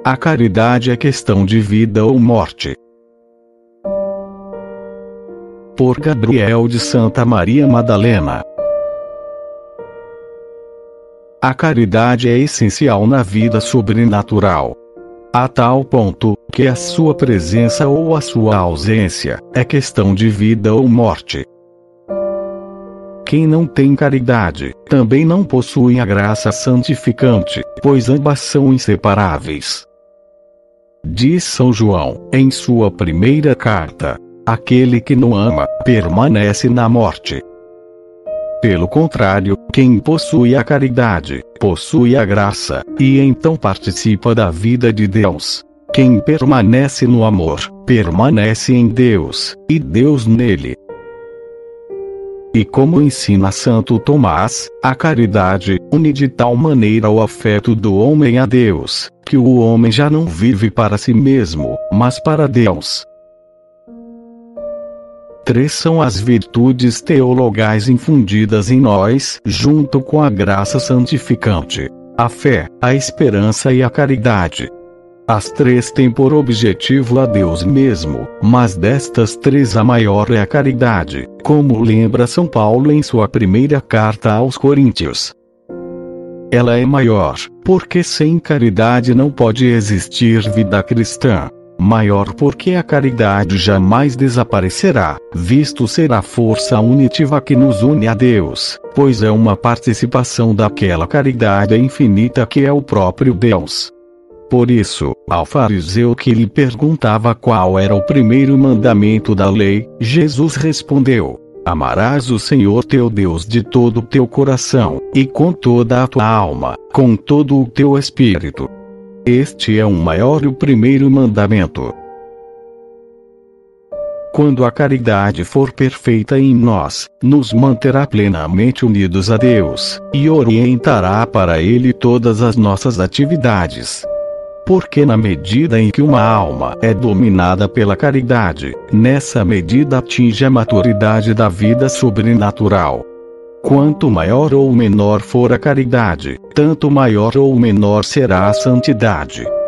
A caridade é questão de vida ou morte. Por Gabriel de Santa Maria Madalena. A caridade é essencial na vida sobrenatural, a tal ponto que a sua presença ou a sua ausência é questão de vida ou morte. Quem não tem caridade também não possui a graça santificante, pois ambas são inseparáveis. Diz São João, em sua primeira carta: aquele que não ama, permanece na morte. Pelo contrário, quem possui a caridade, possui a graça, e então participa da vida de Deus. Quem permanece no amor, permanece em Deus, e Deus nele. E como ensina Santo Tomás, a caridade une de tal maneira o afeto do homem a Deus, que o homem já não vive para si mesmo, mas para Deus. 3 são as virtudes teologais infundidas em nós, junto com a graça santificante: a fé, a esperança e a caridade. As 3 têm por objetivo a Deus mesmo, mas destas 3 a maior é a caridade, como lembra São Paulo em sua primeira carta aos Coríntios. Ela é maior, porque sem caridade não pode existir vida cristã. Maior porque a caridade jamais desaparecerá, visto ser a força unitiva que nos une a Deus, pois é uma participação daquela caridade infinita que é o próprio Deus. Por isso, ao fariseu que lhe perguntava qual era o primeiro mandamento da lei, Jesus respondeu: amarás o Senhor teu Deus de todo o teu coração, e com toda a tua alma, com todo o teu espírito. Este é o maior e o primeiro mandamento. Quando a caridade for perfeita em nós, nos manterá plenamente unidos a Deus, e orientará para Ele todas as nossas atividades. Porque na medida em que uma alma é dominada pela caridade, nessa medida atinge a maturidade da vida sobrenatural. Quanto maior ou menor for a caridade, tanto maior ou menor será a santidade.